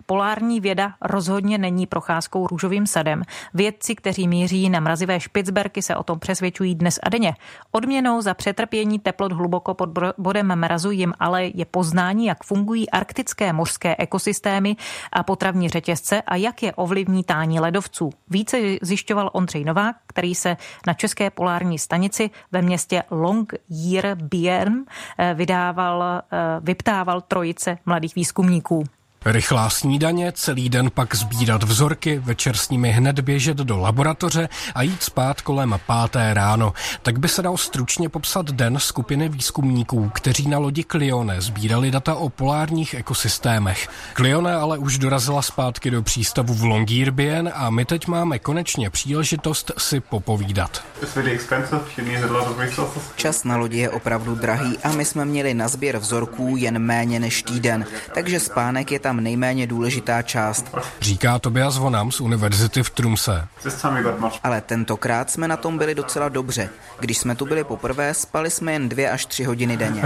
Polární věda rozhodně není procházkou růžovým sadem. Vědci, kteří míří na mrazivé Špicberky, se o tom přesvědčují dnes a denně. Odměnou za přetrpění teplot hluboko pod bodem mrazu jim ale je poznání, jak fungují arktické mořské ekosystémy a potravní řetězce a jak je ovlivní tání ledovců. Více zjišťoval Ondřej Novák, který se na české polární stanici ve městě Longyearbyen vyptával trojice mladých výzkumníků. Rychlá snídaně, celý den pak sbírat vzorky, večer s nimi hned běžet do laboratoře a jít spát kolem 5. ráno. Tak by se dal stručně popsat den skupiny výzkumníků, kteří na lodi Clione sbírali data o polárních ekosystémech. Clione ale už dorazila zpátky do přístavu v Longyearbyen a my teď máme konečně příležitost si popovídat. Čas na lodi je opravdu drahý a my jsme měli na sběr vzorků jen méně než týden, takže spánek je tam nejméně důležitá část. Říká Tobias Vonam z univerzity v Tromsø. Ale tentokrát jsme na tom byli docela dobře. Když jsme tu byli poprvé, spali jsme jen 2 až 3 hodiny denně.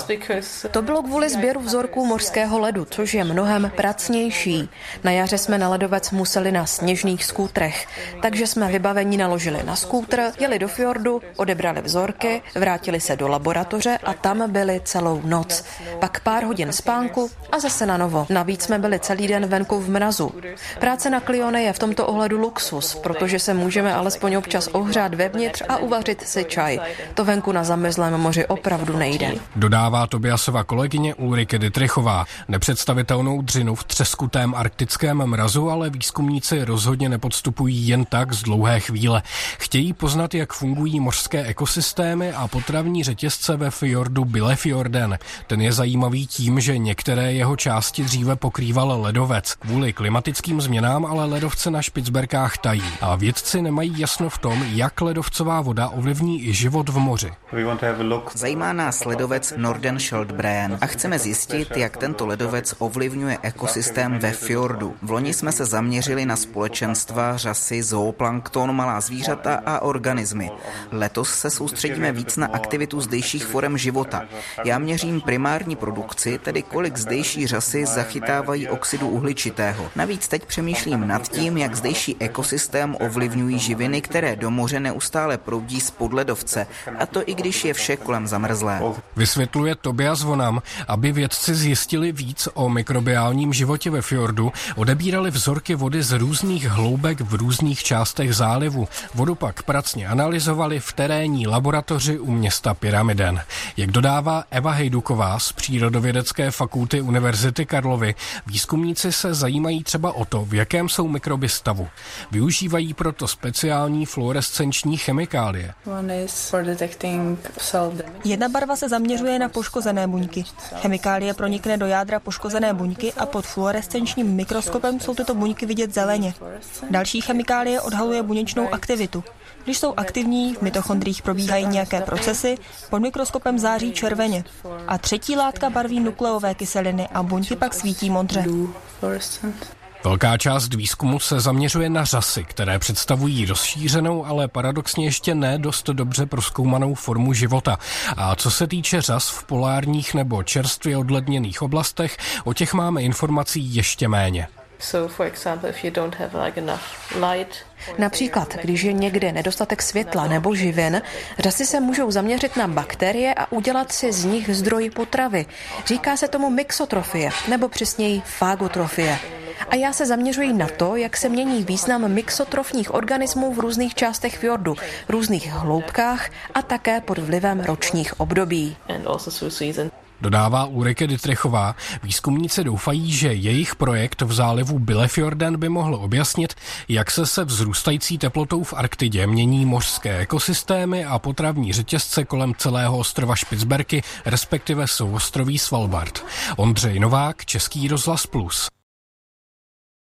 To bylo kvůli sběru vzorků mořského ledu, což je mnohem pracnější. Na jaře jsme na ledovec museli na sněžných skútrech, takže jsme vybavení naložili na skútr, jeli do fjordu, odebrali vzorky, vrátili se do laboratoře a tam byli celou noc. Pak pár hodin spánku a zase na novo. Navíc jsme byli celý den venku v mrazu. Práce na Clione je v tomto ohledu luxus, protože se můžeme alespoň občas ohřát vevnitř a uvařit si čaj. To venku na zamrzlém moři opravdu nejde. Dodává Tobiasova kolegyně Ulrike Dittrichová. Nepředstavitelnou dřinu v třeskutém arktickém mrazu ale výzkumníci rozhodně nepodstupují jen tak z dlouhé chvíle. Chtějí poznat, jak fungují mořské ekosystémy a potravní řetězce ve fjordu Billefjorden. Ten je zajímavý tím, že některé jeho části dříve pokrýval ledovec. Kvůli klimatickým změnám ale ledovce na Špicberkách tají. A vědci nemají jasno v tom, jak ledovcová voda ovlivní i život v moři. Zajímá nás ledovec Nordenskjöldbreen a chceme zjistit, jak tento ledovec ovlivňuje ekosystém ve fjordu. V loni jsme se zaměřili na společenstva, řasy, zooplankton, malá zvířata a organismy. Letos se soustředíme víc na aktivitu zdejších forem života. Já měřím primární produkci, tedy kolik zdejší řasy zachytávají oxidu uhličitého. Navíc teď přemýšlím nad tím, jak zdejší ekosystém ovlivňují živiny, které do moře neustále proudí spod ledovce, a to i když je vše kolem zamrzlé. Vysvětluje Tobias Vonam. Aby vědci zjistili víc o mikrobiálním životě ve fjordu, odebírali vzorky vody z různých hloubek v různých částech zálivu. Vodu pak pracně analyzovali v terénní laboratoři u města Pyramiden. Jak dodává Eva Hejduková z Přírodovědecké fakulty Univerzity Karlovy, výzkumníci se zajímají třeba o to, v jakém jsou mikroby stavu. Využívají proto speciální fluorescenční chemikálie. Jedna barva se zaměřuje na poškozené buňky. Chemikálie pronikne do jádra poškozené buňky a pod fluorescenčním mikroskopem jsou tyto buňky vidět zeleně. Další chemikálie odhaluje buněčnou aktivitu. Když jsou aktivní, v mitochondriích probíhají nějaké procesy, pod mikroskopem září červeně. A třetí látka barví nukleové kyseliny a buňky pak svítí modře. Velká část výzkumu se zaměřuje na řasy, které představují rozšířenou, ale paradoxně ještě ne dost dobře prozkoumanou formu života. A co se týče řas v polárních nebo čerstvě odledněných oblastech, o těch máme informací ještě méně. Například, když je někde nedostatek světla nebo živin, řasy se můžou zaměřit na bakterie a udělat si z nich zdroj potravy. Říká se tomu mixotrofie, nebo přesněji fagotrofie. A já se zaměřuji na to, jak se mění význam mixotrofních organismů v různých částech fjordu, různých hloubkách a také pod vlivem ročních období. Dodává Ulrike Dittrichová. Výzkumníci doufají, že jejich projekt v zálivu Billefjorden by mohl objasnit, jak se vzrůstající teplotou v Arktidě mění mořské ekosystémy a potravní řetězce kolem celého ostrova Špicberky, respektive souostroví Svalbard. Ondřej Novák, Český rozhlas Plus.